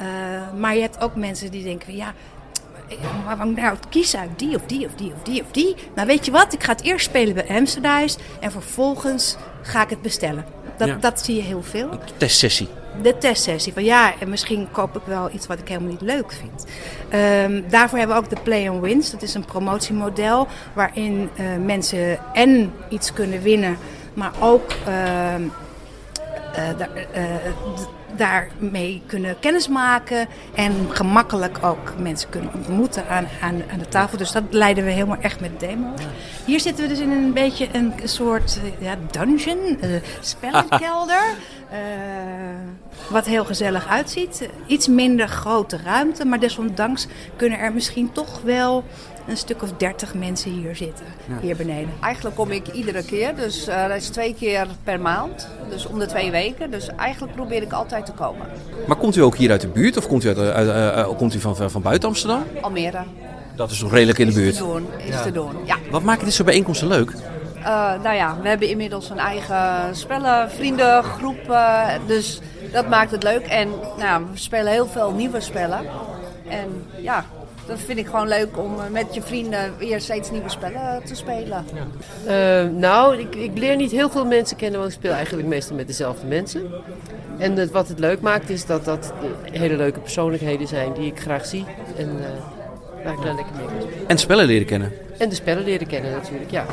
C: Uh, maar je hebt ook mensen die denken van ja, maar wat moet ik nou kiezen uit die of die of die of die of die? Nou weet je wat, ik ga het eerst spelen bij Amsterdam en vervolgens ga ik het bestellen. Dat, ja. dat zie je heel veel.
J: Een testsessie.
C: De testsessie. Van ja, en misschien koop ik wel iets wat ik helemaal niet leuk vind. Um, daarvoor hebben we ook de Play and Wins. Dat is een promotiemodel waarin uh, mensen en iets kunnen winnen, maar ook uh, uh, da- uh, d- daarmee kunnen kennismaken en gemakkelijk ook mensen kunnen ontmoeten aan, aan, aan de tafel. Dus dat leiden we helemaal echt met demo's. Hier zitten we dus in een beetje een soort ja, dungeon, uh, spellenkelder. Uh, wat heel gezellig uitziet. Iets minder grote ruimte, maar desondanks kunnen er misschien toch wel een stuk of dertig mensen hier zitten, ja. hier beneden.
O: Eigenlijk kom ik iedere keer, dus uh, dat is twee keer per maand, dus om de twee weken. Dus eigenlijk probeer ik altijd te komen.
J: Maar komt u ook hier uit de buurt of komt u, uit, uit, uh, uh, komt u van, van buiten Amsterdam?
O: Almere.
J: Dat is toch redelijk in de buurt?
O: Is te doen, is
J: ja. te doen,
O: ja.
J: Wat maakt dit soort bijeenkomsten leuk?
O: Uh, nou ja, we hebben inmiddels een eigen spellenvriendengroep, uh, dus dat maakt het leuk. En nou, we spelen heel veel nieuwe spellen. En ja, dat vind ik gewoon leuk om met je vrienden weer steeds nieuwe spellen te spelen.
P: Ja. Uh, nou, ik, ik leer niet heel veel mensen kennen, want ik speel eigenlijk meestal met dezelfde mensen. En het, wat het leuk maakt is dat dat hele leuke persoonlijkheden zijn die ik graag zie. En uh, waar ik daar lekker mee kan spelen.
J: En spellen leren kennen.
P: En de spellen leren kennen natuurlijk, ja.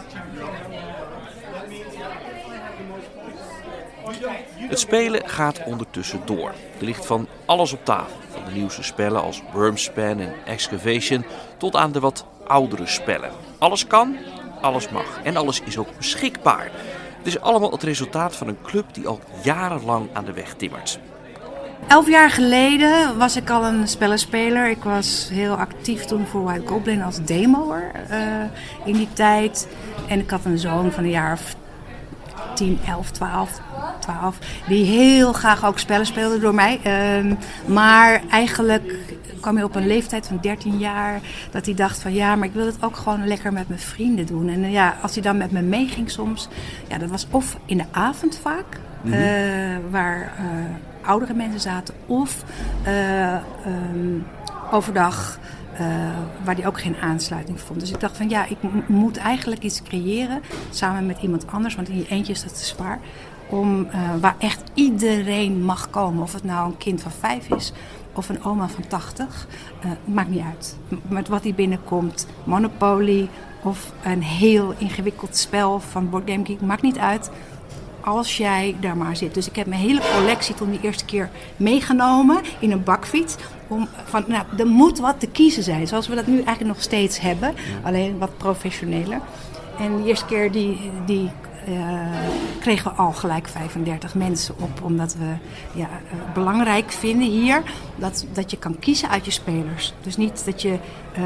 A: Het spelen gaat ondertussen door. Er ligt van alles op tafel. Van de nieuwste spellen als Wormspan en Excavation tot aan de wat oudere spellen. Alles kan, alles mag en alles is ook beschikbaar. Het is allemaal het resultaat van een club die al jarenlang aan de weg timmert.
C: Elf jaar geleden was ik al een spellenspeler. Ik was heel actief toen voor White Goblin als demoer uh, in die tijd. En ik had een zoon van een jaar of tien, elf, twaalf, twaalf, die heel graag ook spellen speelde door mij. Uh, maar eigenlijk kwam hij op een leeftijd van dertien jaar dat hij dacht van ja, maar ik wil het ook gewoon lekker met mijn vrienden doen. En uh, ja, als hij dan met me meeging soms, ja, dat was of in de avond vaak, mm-hmm. uh, waar uh, oudere mensen zaten, of uh, um, overdag. Uh, waar die ook geen aansluiting vond. Dus ik dacht van ja, ik m- moet eigenlijk iets creëren samen met iemand anders, want in je eentje is dat te zwaar. Om, uh, waar echt iedereen mag komen. Of het nou een kind van vijf is of een oma van tachtig. Uh, maakt niet uit. Met wat die binnenkomt, Monopoly of een heel ingewikkeld spel van Board Game Geek, maakt niet uit. Als jij daar maar zit. Dus ik heb mijn hele collectie toen die eerste keer meegenomen in een bakfiets. Om van, nou, er moet wat te kiezen zijn. Zoals we dat nu eigenlijk nog steeds hebben. Ja. Alleen wat professioneler. En de eerste keer die, die uh, kregen we al gelijk vijfendertig mensen op. Omdat we ja, uh, belangrijk vinden hier dat, dat je kan kiezen uit je spelers. Dus niet dat je uh,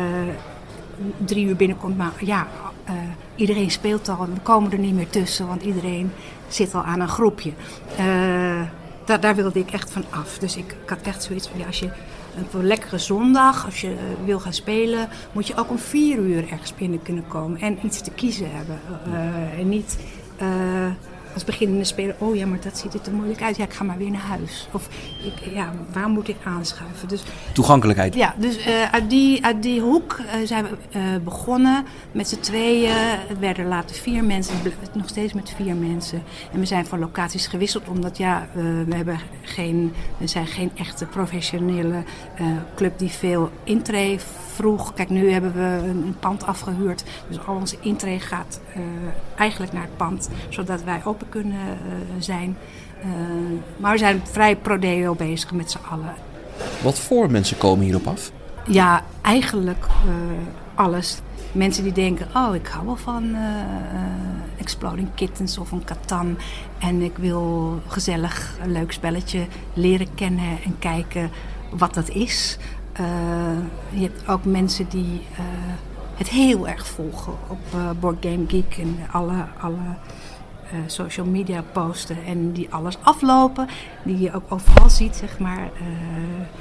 C: drie uur binnenkomt, maar ja, uh, iedereen speelt al en we komen er niet meer tussen, want iedereen zit al aan een groepje. Uh, daar, daar wilde ik echt van af. Dus ik, ik had echt zoiets van, ja, als je een lekkere zondag, als je uh, wil gaan spelen, moet je ook om vier uur ergens binnen kunnen komen en iets te kiezen hebben. Uh, en niet uh, als beginnende speler, oh ja, maar dat ziet er te moeilijk uit. Ja, ik ga maar weer naar huis. Of ik, ja, waar moet ik aanschuiven? Dus,
J: toegankelijkheid.
C: Ja, dus uh, uit, die, uit die hoek uh, zijn we uh, begonnen met z'n tweeën. Het werden later vier mensen, nog steeds met vier mensen. En we zijn van locaties gewisseld, omdat ja, uh, we, hebben geen, we zijn geen echte professionele uh, club die veel intree vroeg. Kijk, nu hebben we een, een pand afgehuurd. Dus al onze intree gaat uh, eigenlijk naar het pand, zodat wij open kunnen uh, zijn. Uh, maar we zijn vrij pro-deo bezig met z'n allen.
J: Wat voor mensen komen hierop af?
C: Ja, eigenlijk uh, alles. Mensen die denken, oh, ik hou wel van uh, uh, Exploding Kittens of een Catan. En ik wil gezellig een leuk spelletje leren kennen en kijken wat dat is. Uh, je hebt ook mensen die uh, het heel erg volgen op uh, Board Game Geek en alle, alle uh, social media posten en die alles aflopen, die je ook overal ziet, zeg maar. Uh,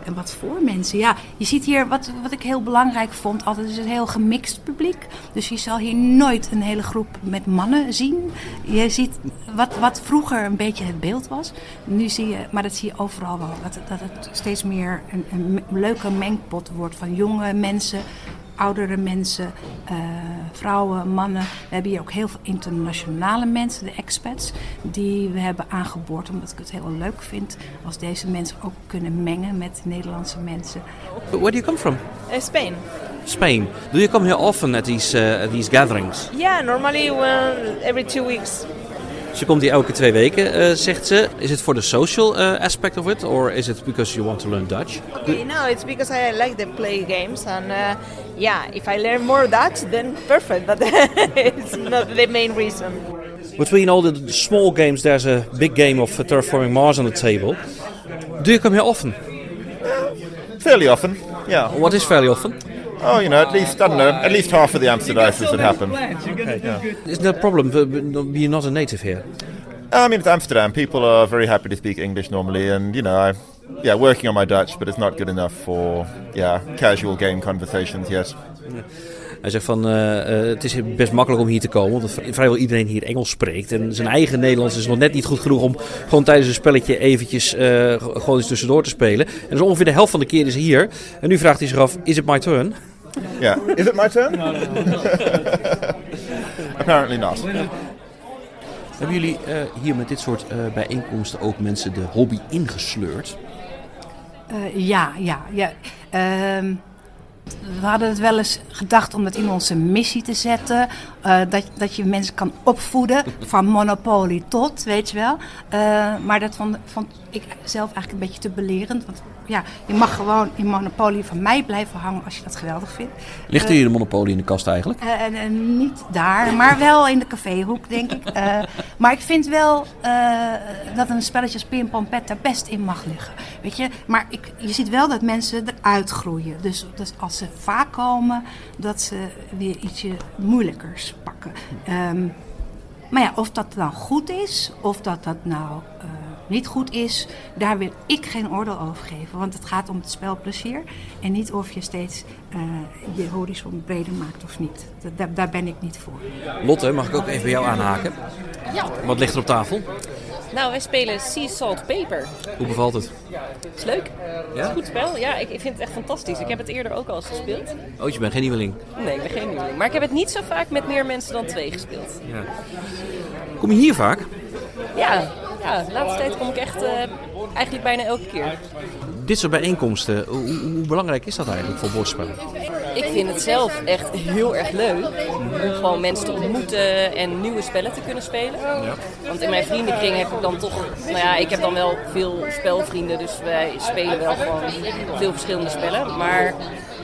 C: En wat voor mensen. Ja, je ziet hier, wat, wat ik heel belangrijk vond, altijd is een heel gemixt publiek. Dus je zal hier nooit een hele groep met mannen zien. Je ziet wat, wat vroeger een beetje het beeld was. Nu zie je, maar dat zie je overal wel. Dat, dat het steeds meer een, een leuke mengpot wordt van jonge mensen, oudere mensen, uh, vrouwen, mannen. We hebben hier ook heel veel internationale mensen, de expats, die we hebben aangeboord. Omdat ik het heel leuk vind als deze mensen ook kunnen mengen met Nederlandse mensen.
J: Where do you come from?
Q: Uh, Spain.
J: Spain. Do you come here often at these, uh, at these gatherings?
Q: Yeah, normally well, every two weeks.
J: Ze komt hier elke twee weken, uh, zegt ze. Is it for the social uh, aspect of it, or is it because you want to learn Dutch?
Q: Okay, no, it's because I like to play games, and uh, yeah, if I learn more Dutch, then perfect. But it's not the main reason.
J: Between all the small games, there's a big game of uh, Terraforming Mars on the table. Do you come here often?
R: Fairly often, yeah.
J: What is fairly often?
R: Oh, you know, at least, I don't know, at least half of the Amsterdammers that happen.
J: Okay. Yeah. Isn't that a problem, being not a native here?
R: I mean, it's Amsterdam. People are very happy to speak English normally, and, you know, I, yeah, working on my Dutch, but it's not good enough for, yeah, casual game conversations yet.
J: Yeah. Hij zegt van, uh, uh, het is best makkelijk om hier te komen, omdat vrijwel iedereen hier Engels spreekt. En zijn eigen Nederlands is nog net niet goed genoeg om gewoon tijdens een spelletje eventjes uh, gewoon eens tussendoor te spelen. En dus ongeveer de helft van de keer is hij hier. En nu vraagt hij zich af, is it my turn?
R: Ja, yeah. Is it my turn? Apparently not.
J: Hebben jullie uh, hier met dit soort uh, bijeenkomsten ook mensen de hobby ingesleurd?
C: Uh, ja, ja, ja. Uh, We hadden het wel eens gedacht om dat in onze missie te zetten. Uh, dat, dat je mensen kan opvoeden, van Monopoly tot, weet je wel. Uh, maar dat vond, vond ik zelf eigenlijk een beetje te belerend. Want ja, je mag gewoon in Monopoly van mij blijven hangen als je dat geweldig vindt.
J: Ligt er hier de Monopoly in de kast eigenlijk?
C: Uh, uh, uh, niet daar, maar wel in de caféhoek, denk ik. Uh, maar ik vind wel uh, dat een spelletje als Pim Pam Pet daar best in mag liggen. Weet je, maar ik, je ziet wel dat mensen eruit groeien. Dus, dus als ze vaak komen, dat ze weer ietsje moeilijkers pakken. Um, maar ja, of dat dan goed is, of dat dat nou uh, niet goed is, daar wil ik geen oordeel over geven. Want het gaat om het spelplezier en niet of je steeds uh, je horizon breder maakt of niet. Daar, daar ben ik niet voor.
J: Lotte, mag ik ook even bij jou aanhaken?
S: Ja.
J: Wat ligt er op tafel?
S: Nou, wij spelen Sea Salt Paper.
J: Hoe bevalt het?
S: Het is leuk. Ja? Het is een goed spel. Ja, ik, ik vind het echt fantastisch. Ik heb het eerder ook al eens gespeeld.
J: Oh, je bent geen nieuweling?
S: Nee, ik ben geen nieuweling. Maar ik heb het niet zo vaak met meer mensen dan twee gespeeld.
J: Ja. Kom je hier vaak?
S: Ja, ja, de laatste tijd kom ik echt uh, eigenlijk bijna elke keer.
J: Dit soort bijeenkomsten, hoe, hoe belangrijk is dat eigenlijk voor bordspellen?
S: Ik vind het zelf echt heel erg leuk om gewoon mensen te ontmoeten en nieuwe spellen te kunnen spelen. Ja. Want in mijn vriendenkring heb ik dan toch, nou ja, ik heb dan wel veel spelvrienden, dus wij spelen wel gewoon veel verschillende spellen. Maar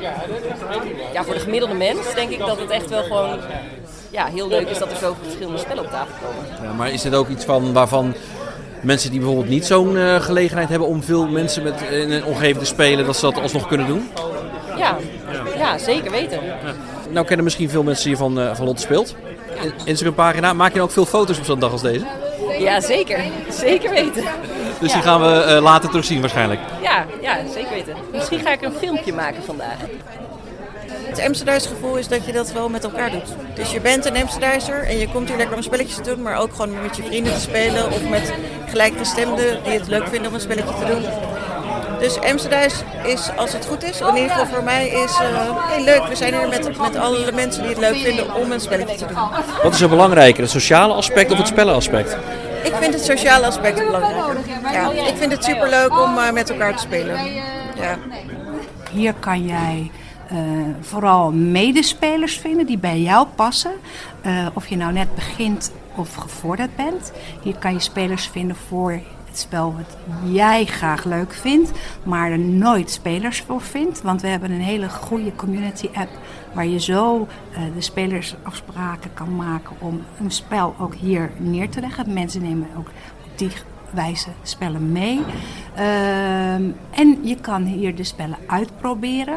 S: ja, voor de gemiddelde mens denk ik dat het echt wel gewoon ja, heel leuk is dat er zoveel verschillende spellen op tafel komen.
J: Ja, maar is dit ook iets van waarvan mensen die bijvoorbeeld niet zo'n uh, gelegenheid hebben om veel mensen met, in een omgeving te spelen, dat ze dat alsnog kunnen doen?
S: Ja, ja zeker weten. Ja.
J: Nou kennen misschien veel mensen hier van, uh, van Lotte Speelt. Instagram pagina. Maak je dan ook veel foto's op zo'n dag als deze?
S: Ja, zeker. Zeker weten.
J: Dus
S: ja.
J: die gaan we uh, later terugzien waarschijnlijk?
S: Ja, ja, zeker weten. Misschien ga ik een filmpje maken vandaag.
T: Het Amsterdamse gevoel is dat je dat wel met elkaar doet. Dus je bent een Amsterdamser en je komt hier lekker om spelletjes te doen, maar ook gewoon met je vrienden te spelen of met gelijkgestemden die het leuk vinden om een spelletje te doen. Dus Amsterdam is, als het goed is, in ieder geval voor mij, is uh, heel leuk. We zijn hier met, met alle mensen die het leuk vinden om een spelletje te doen.
J: Wat is er belangrijker, het sociale aspect of het spellenaspect?
T: Ik vind het sociale aspect belangrijker. Ja, ik vind het superleuk om uh, met elkaar te spelen. Ja.
C: Hier kan jij Uh, vooral medespelers vinden die bij jou passen. Uh, of je nou net begint of gevorderd bent. Hier kan je spelers vinden voor het spel wat jij graag leuk vindt, maar er nooit spelers voor vindt. Want we hebben een hele goede community app waar je zo uh, de spelersafspraken kan maken om een spel ook hier neer te leggen. Mensen nemen ook op die wijze spellen mee. Uh, en je kan hier de spellen uitproberen.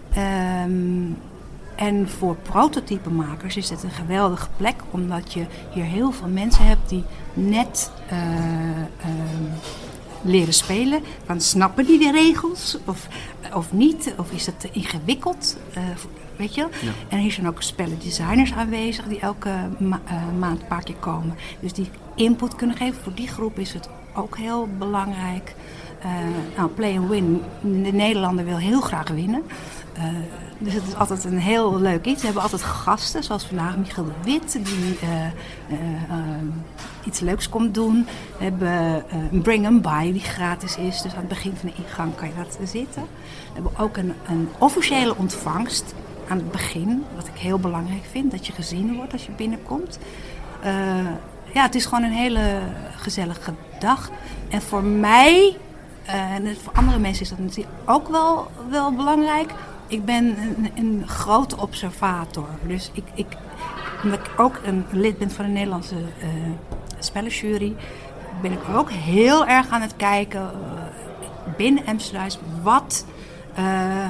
C: Um, en voor prototypemakers is het een geweldige plek, omdat je hier heel veel mensen hebt die net uh, um, leren spelen. Van, snappen die de regels of, of niet? Of is het te ingewikkeld? Uh, weet je? Ja. En hier zijn ook spellendesigners aanwezig die elke ma- uh, maand een paar keer komen. Dus die input kunnen geven. Voor die groep is het ook heel belangrijk. Uh, nou, play and win. De Nederlander wil heel graag winnen. Uh, dus het is altijd een heel leuk iets. We hebben altijd gasten, zoals vandaag Michiel de Wit, die uh, uh, uh, iets leuks komt doen. We hebben uh, een Bring 'em By die gratis is. Dus aan het begin van de ingang kan je dat zitten. We hebben ook een, een officiële ontvangst aan het begin. Wat ik heel belangrijk vind, dat je gezien wordt als je binnenkomt. Uh, ja, het is gewoon een hele gezellige dag. En voor mij, uh, en voor andere mensen is dat natuurlijk ook wel, wel belangrijk. Ik ben een, een grote observator. Dus ik, ik, omdat ik ook een lid ben van de Nederlandse uh, spellenjury, ben ik ook heel erg aan het kijken uh, binnen Amsterdam wat, uh,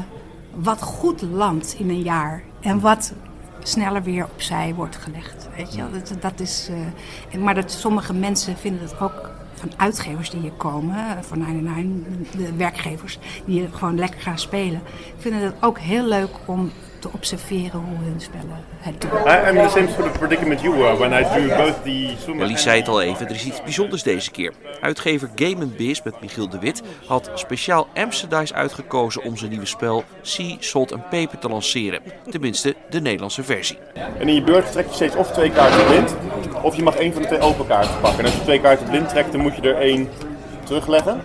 C: wat goed landt in een jaar. En wat sneller weer opzij wordt gelegd. Weet je? Dat, dat is, uh, maar dat sommige mensen vinden het ook van uitgevers die hier komen, van negenennegentig, de werkgevers die hier gewoon lekker gaan spelen, vinden het ook heel leuk om te observeren hoe hun spellen het doen.
E: I'm in the same sort of predicament you were when I drew both the swimmer.
A: Lies zei het al even, er is iets bijzonders deze keer. Uitgever Game and Biz met Michiel de Wit had speciaal Amsterdice uitgekozen om zijn nieuwe spel Sea, Salt and Paper te lanceren. Tenminste, de Nederlandse versie.
E: En in je beurt trek je steeds of twee kaarten blind, of je mag één van de twee open kaarten pakken. En als je twee kaarten blind trekt, dan moet je er één terugleggen.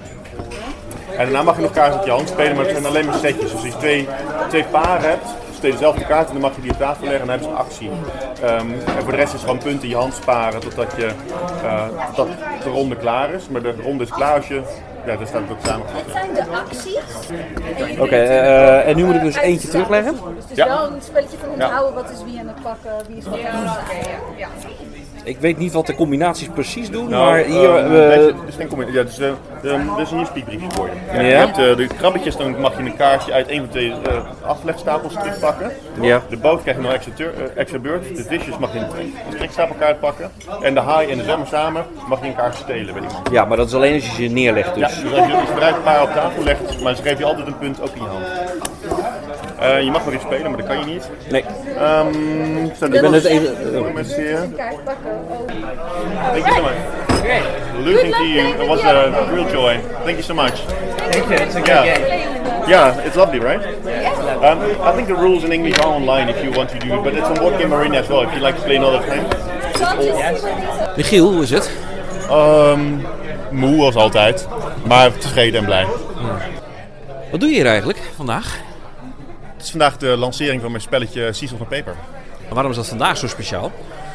E: En daarna mag je nog kaarten op je hand spelen, maar het zijn alleen maar setjes. Dus als je twee, twee paren hebt, dus dezelfde kaart en dan mag je die op tafel leggen en dan hebben ze een actie. Um, en voor de rest is het gewoon punten in je hand sparen totdat, je, uh, totdat de ronde klaar is. Maar de ronde is klaar als je... Ja, daar staat het ook samen.
U: Wat zijn de acties?
J: Oké, okay, uh, en nu moet ik dus eentje terugleggen?
U: Dus het is
E: ja.
U: wel een spelletje van onthouden, wat is wie aan het pakken, wie is wat aan het pakken. Ja.
J: Ik weet niet wat de combinaties precies doen,
E: nou,
J: maar hier...
E: Uh, uh, deze, dus geen combinatie. Ja, dus, uh, uh, dus hier een spiekbriefje voor je. Ja. Ja. Je hebt uh, de krabbetjes, dan mag je een kaartje uit een van de uh, aflegstapels terugpakken.
J: Ja.
E: De boot krijg je nog extra, tur, uh, extra beurt. De visjes mag je een trekstapelkaart pakken. En de haai en de zwemmer samen mag je een kaart stelen bij iemand.
J: Ja, maar dat is alleen als je ze neerlegt dus.
E: Ja, dus als je een gebruikt paar op tafel legt, maar ze geven je altijd een punt ook in je hand. Uh, je mag nog iets spelen, maar dat kan je niet.
J: Nee.
E: Um,
J: ik ben het even...
E: Uh, mensen hier. Thank you so much. Losing to you was a real joy. Thank you so much.
U: Thank you.
E: It's a great yeah. game. Yeah, it's lovely, right? Um, I think the rules in English are online if you want to do it, but it's on Board Game Arena as well if you like to play another time.
J: Michiel, hoe is het?
E: Um, moe als altijd, maar tevreden en blij.
J: Ja. Wat doe je hier eigenlijk vandaag?
E: Het is vandaag de lancering van mijn spelletje Sea, Salt and Paper.
J: En waarom is dat vandaag zo speciaal?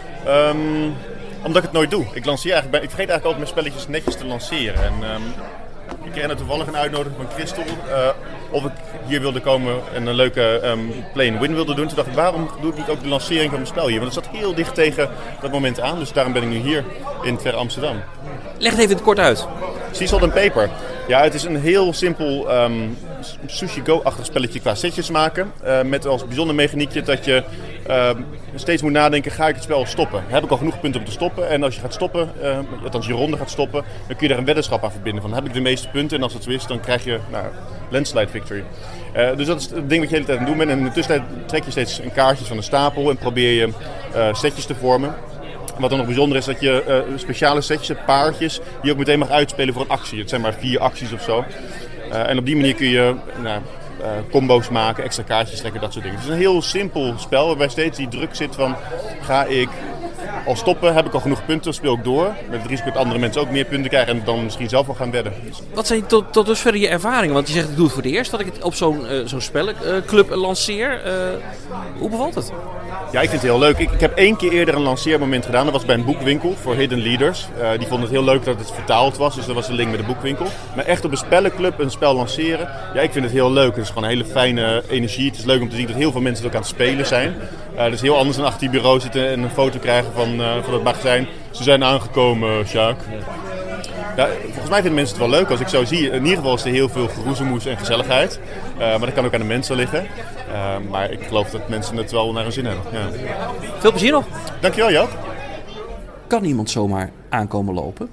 E: Um, omdat ik het nooit doe. Ik, lanceer eigenlijk, ik vergeet eigenlijk altijd mijn spelletjes netjes te lanceren. En, um, ik kreeg net toevallig een uitnodiging van Christel uh, of ik hier wilde komen en een leuke um, play and win wilde doen. Toen dacht ik, waarom doe ik niet ook de lancering van mijn spel hier? Want het zat heel dicht tegen dat moment aan. Dus daarom ben ik nu hier in het verre Amsterdam.
J: Leg het even in het kort uit.
E: Sea, Salt and Paper. Ja, het is een heel simpel um, Sushi Go-achtig spelletje qua setjes maken. Uh, met als bijzonder mechaniekje dat je uh, steeds moet nadenken, ga ik het spel stoppen? Heb ik al genoeg punten om te stoppen? En als je gaat stoppen, uh, althans je ronde gaat stoppen, dan kun je daar een weddenschap aan verbinden. Van heb ik de meeste punten en als het zo is, dan krijg je nou, landslide victory. Uh, dus dat is het ding wat je de hele tijd aan het doen bent. En in de tussentijd trek je steeds een kaartje van een stapel en probeer je uh, setjes te vormen. Wat dan nog bijzonder is, dat je uh, speciale setjes hebt, paardjes, die je ook meteen mag uitspelen voor een actie. Het zijn maar vier acties of zo. Uh, en op die manier kun je nou, uh, combo's maken, extra kaartjes trekken, dat soort dingen. Het is een heel simpel spel waarbij steeds die druk zit van, ga ik al stoppen, heb ik al genoeg punten, speel ik door. Met het risico dat andere mensen ook meer punten krijgen en dan misschien zelf wel gaan wedden.
J: Wat zijn tot, tot dusver je ervaringen? Want je zegt, ik doe het voor het eerst dat ik het op zo'n uh, zo'n spellenclub uh, lanceer. Uh, hoe bevalt het?
E: Ja, ik vind het heel leuk. Ik, ik heb één keer eerder een lanceermoment gedaan. Dat was bij een boekwinkel voor Hidden Leaders. Uh, die vonden het heel leuk dat het vertaald was. Dus dat was een link met de boekwinkel. Maar echt op een spellenclub een spel lanceren. Ja, ik vind het heel leuk. Het is gewoon een hele fijne energie. Het is leuk om te zien dat heel veel mensen het ook aan het spelen zijn. Uh, het is heel anders dan achter die bureau zitten en een foto krijgen van, uh, van het magazijn. Ze zijn aangekomen, Sjaak. Ja, volgens mij vinden mensen het wel leuk als ik zo zie. In ieder geval is er heel veel geroezemoes en gezelligheid. Uh, maar dat kan ook aan de mensen liggen. Uh, maar ik geloof dat mensen het wel naar hun zin hebben. Ja.
J: Veel plezier nog.
E: Dankjewel, Joop.
J: Kan iemand zomaar aankomen lopen?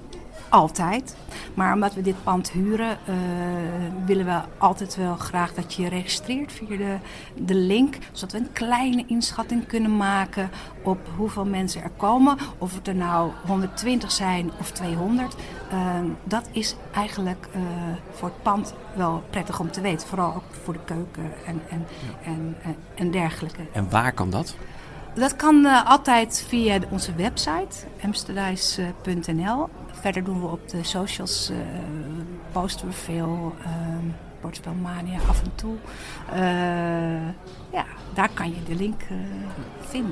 C: altijd. Maar omdat we dit pand huren, uh, willen we altijd wel graag dat je je registreert via de, de link. Zodat we een kleine inschatting kunnen maken op hoeveel mensen er komen. Of het er nou honderdtwintig zijn of tweehonderd. Uh, dat is eigenlijk uh, voor het pand wel prettig om te weten. Vooral ook voor de keuken en, en, ja. en, en, en dergelijke.
J: En waar kan dat?
C: Dat kan uh, altijd via onze website, amsterdijs punt n l. Verder doen we op de socials, uh, posten we veel, uh, Bordspelmania af en toe. Uh, ja, daar kan je de link uh, vinden.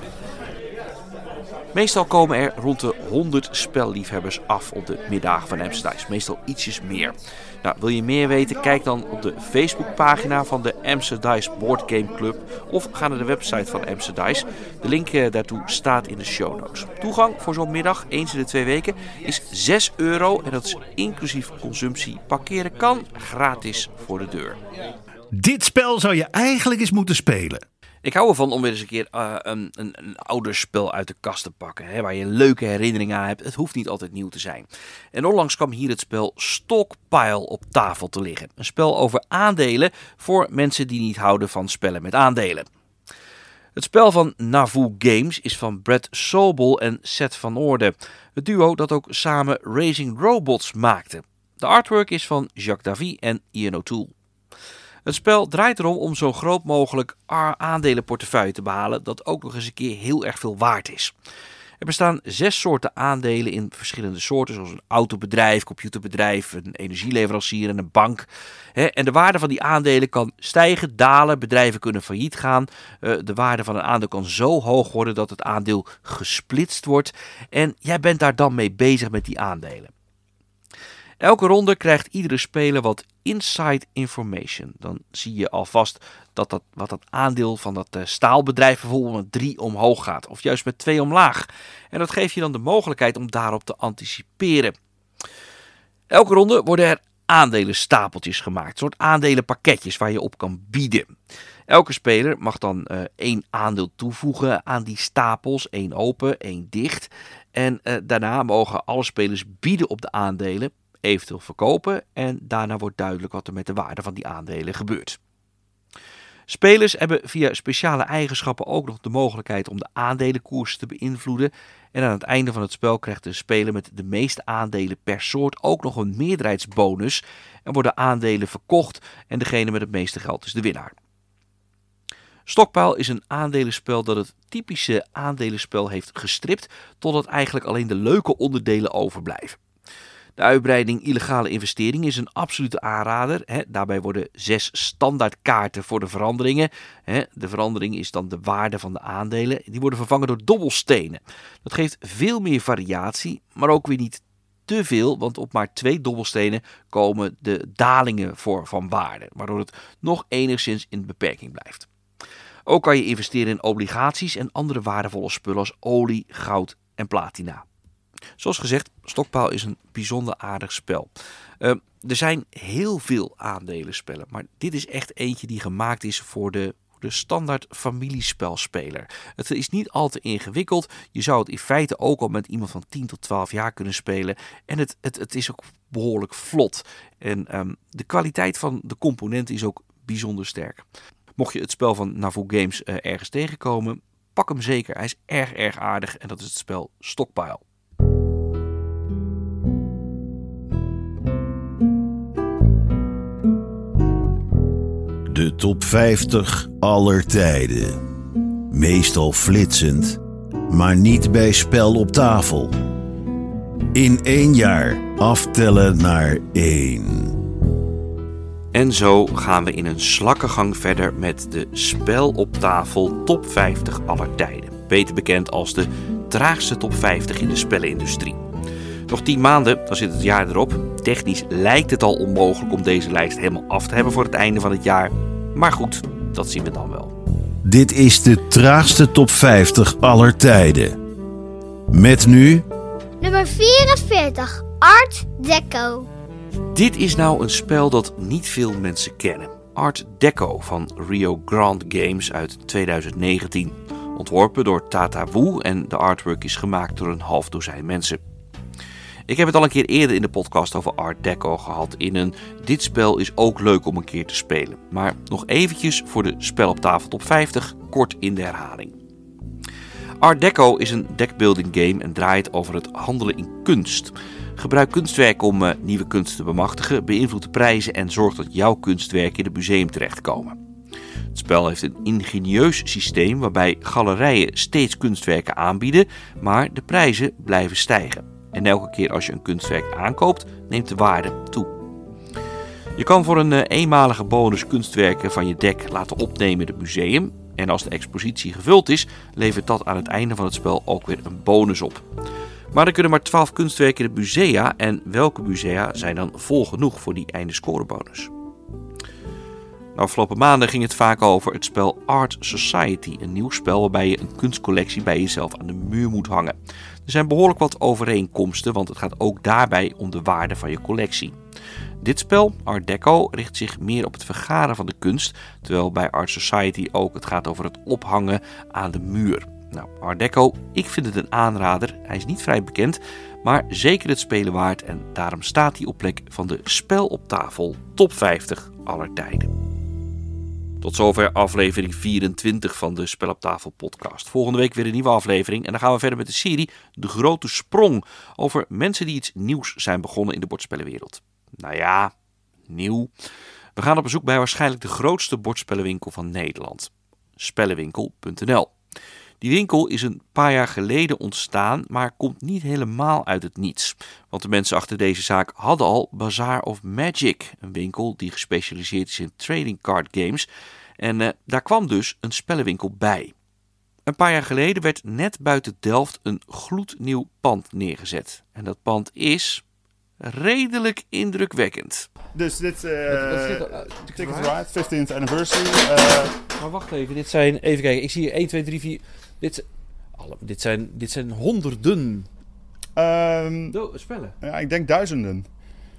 A: Meestal komen er rond de honderd spelliefhebbers af op de middagen van Amsterdijs. Meestal ietsjes meer. Nou, wil je meer weten? Kijk dan op de Facebookpagina van de Amsterdijs Board Game Club of ga naar de website van Amsterdijs. De link uh, daartoe staat in de show notes. Toegang voor zo'n middag, eens in de twee weken, is zes euro en dat is inclusief consumptie. Parkeren kan, gratis voor de deur.
B: Dit spel zou je eigenlijk eens moeten spelen.
A: Ik hou ervan om weer eens een keer uh, een, een, een ouder spel uit de kast te pakken. Hè, waar je een leuke herinnering aan hebt. Het hoeft niet altijd nieuw te zijn. En onlangs kwam hier het spel Stockpile op tafel te liggen. Een spel over aandelen voor mensen die niet houden van spellen met aandelen. Het spel van Navu Games is van Brett Sobel en Seth van Oorde. Het duo dat ook samen Racing Robots maakte. De artwork is van Jacques Davy en Ian O'Toole. Het spel draait erom om zo groot mogelijk aandelenportefeuille te behalen dat ook nog eens een keer heel erg veel waard is. Er bestaan zes soorten aandelen in verschillende soorten, zoals een autobedrijf, computerbedrijf, een energieleverancier en een bank. En de waarde van die aandelen kan stijgen, dalen, bedrijven kunnen failliet gaan. De waarde van een aandeel kan zo hoog worden dat het aandeel gesplitst wordt en jij bent daar dan mee bezig met die aandelen. Elke ronde krijgt iedere speler wat inside information. Dan zie je alvast dat, dat wat dat aandeel van dat uh, staalbedrijf bijvoorbeeld met drie omhoog gaat. Of juist met twee omlaag. En dat geeft je dan de mogelijkheid om daarop te anticiperen. Elke ronde worden er aandelenstapeltjes gemaakt. Een soort aandelenpakketjes waar je op kan bieden. Elke speler mag dan uh, één aandeel toevoegen aan die stapels. één open, één dicht. En uh, daarna mogen alle spelers bieden op de aandelen. Eventueel verkopen en daarna wordt duidelijk wat er met de waarde van die aandelen gebeurt. Spelers hebben via speciale eigenschappen ook nog de mogelijkheid om de aandelenkoers te beïnvloeden. En aan het einde van het spel krijgt de speler met de meeste aandelen per soort ook nog een meerderheidsbonus. En worden aandelen verkocht en degene met het meeste geld is de winnaar. Stockpile is een aandelenspel dat het typische aandelenspel heeft gestript totdat eigenlijk alleen de leuke onderdelen overblijven. De uitbreiding illegale investering is een absolute aanrader. Hè. Daarbij worden zes standaardkaarten voor de veranderingen. Hè. De verandering is dan de waarde van de aandelen. Die worden vervangen door dobbelstenen. Dat geeft veel meer variatie, maar ook weer niet te veel. Want op maar twee dobbelstenen komen de dalingen voor van waarde. Waardoor het nog enigszins in beperking blijft. Ook kan je investeren in obligaties en andere waardevolle spullen als olie, goud en platina. Zoals gezegd, Stockpile is een bijzonder aardig spel. Uh, er zijn heel veel aandelenspellen, maar dit is echt eentje die gemaakt is voor de, voor de standaard familiespelspeler. Het is niet al te ingewikkeld. Je zou het in feite ook al met iemand van tien tot twaalf jaar kunnen spelen. En het, het, het is ook behoorlijk vlot. En um, de kwaliteit van de componenten is ook bijzonder sterk. Mocht je het spel van Navu Games uh, ergens tegenkomen, pak hem zeker. Hij is erg erg aardig en dat is het spel Stockpile.
D: De top vijftig aller tijden. Meestal flitsend, maar niet bij Spel op tafel. In één jaar aftellen naar één.
A: En zo gaan we in een slakkengang verder met de Spel op tafel top vijftig aller tijden. Beter bekend als de traagste top vijftig in de spellenindustrie. Nog tien maanden, dan zit het jaar erop. Technisch lijkt het al onmogelijk om deze lijst helemaal af te hebben voor het einde van het jaar. Maar goed, dat zien we dan wel.
D: Dit is de traagste top vijftig aller tijden. Met nu...
V: nummer vierenveertig, Art Deco.
A: Dit is nou een spel dat niet veel mensen kennen. Art Deco van Rio Grande Games uit twintig negentien. Ontworpen door Tata Wu en de artwork is gemaakt door een half dozijn mensen. Ik heb het al een keer eerder in de podcast over Art Deco gehad in een Dit spel is ook leuk om een keer te spelen. Maar nog eventjes voor de Spel op tafel top vijftig, kort in de herhaling. Art Deco is een deckbuilding game en draait over het handelen in kunst. Gebruik kunstwerk om uh, nieuwe kunst te bemachtigen, beïnvloed de prijzen en zorg dat jouw kunstwerken in het museum terechtkomen. Het spel heeft een ingenieus systeem waarbij galerijen steeds kunstwerken aanbieden, maar de prijzen blijven stijgen. En elke keer als je een kunstwerk aankoopt, neemt de waarde toe. Je kan voor een uh, eenmalige bonus kunstwerken van je deck laten opnemen in het museum. En als de expositie gevuld is, levert dat aan het einde van het spel ook weer een bonus op. Maar er kunnen maar twaalf kunstwerken in het musea en welke musea zijn dan vol genoeg voor die einde scorebonus? De afgelopen maanden ging het vaak over het spel Art Society, een nieuw spel waarbij je een kunstcollectie bij jezelf aan de muur moet hangen. Er zijn behoorlijk wat overeenkomsten, want het gaat ook daarbij om de waarde van je collectie. Dit spel, Art Deco, richt zich meer op het vergaren van de kunst, terwijl bij Art Society ook het gaat over het ophangen aan de muur. Nou, Art Deco, ik vind het een aanrader. Hij is niet vrij bekend, maar zeker het spelen waard en daarom staat hij op plek van de Spel op tafel top vijftig aller tijden. Tot zover aflevering vierentwintig van de Spel op tafel podcast. Volgende week weer een nieuwe aflevering en dan gaan we verder met de serie De Grote Sprong over mensen die iets nieuws zijn begonnen in de bordspellenwereld. Nou ja, nieuw. We gaan op bezoek bij waarschijnlijk de grootste bordspellenwinkel van Nederland. Spellenwinkel punt n l. Die winkel is een paar jaar geleden ontstaan, maar komt niet helemaal uit het niets. Want de mensen achter deze zaak hadden al Bazaar of Magic, een winkel die gespecialiseerd is in trading card games. En uh, daar kwam dus een spellenwinkel bij. Een paar jaar geleden werd net buiten Delft een gloednieuw pand neergezet. En dat pand is redelijk indrukwekkend.
E: Dus dit uh,
J: uh,
E: Ticket to Ride, vijftiende anniversary. Uh,
J: maar wacht even, dit zijn, even kijken, ik zie hier één, twee, drie, vier, dit, alle, dit, zijn, dit zijn honderden
E: um,
J: Do- spellen.
E: Ja, ik denk duizenden.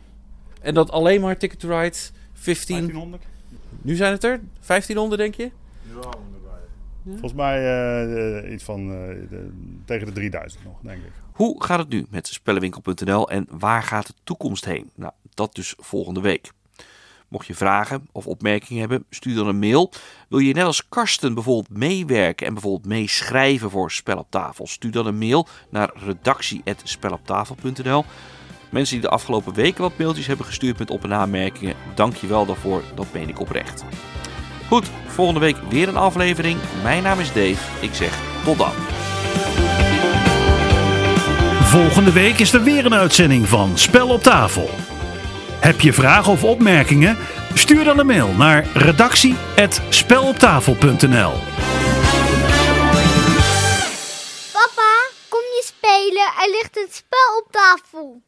J: En dat alleen maar Ticket to Ride, vijftien...
E: vijftienhonderd.
J: Nu zijn het er? vijftienhonderd denk je?
E: Ja, volgens mij uh, uh, iets van uh, de, tegen de drieduizend nog, denk ik.
A: Hoe gaat het nu met spellenwinkel punt n l en waar gaat de toekomst heen? Nou, dat dus volgende week. Mocht je vragen of opmerkingen hebben, stuur dan een mail. Wil je net als Karsten bijvoorbeeld meewerken en bijvoorbeeld meeschrijven voor Spel op tafel? Stuur dan een mail naar redactie apenstaartje speloptafel punt n l. Mensen die de afgelopen weken wat mailtjes hebben gestuurd met op- en aanmerkingen, dank je wel daarvoor, dat meen ik oprecht. Goed, volgende week weer een aflevering. Mijn naam is Dave. Ik zeg tot dan.
B: Volgende week is er weer een uitzending van Spel op tafel. Heb je vragen of opmerkingen? Stuur dan een mail naar redactie apenstaartje speloptafel punt n l.
V: Papa, kom je spelen? Er ligt een spel op tafel.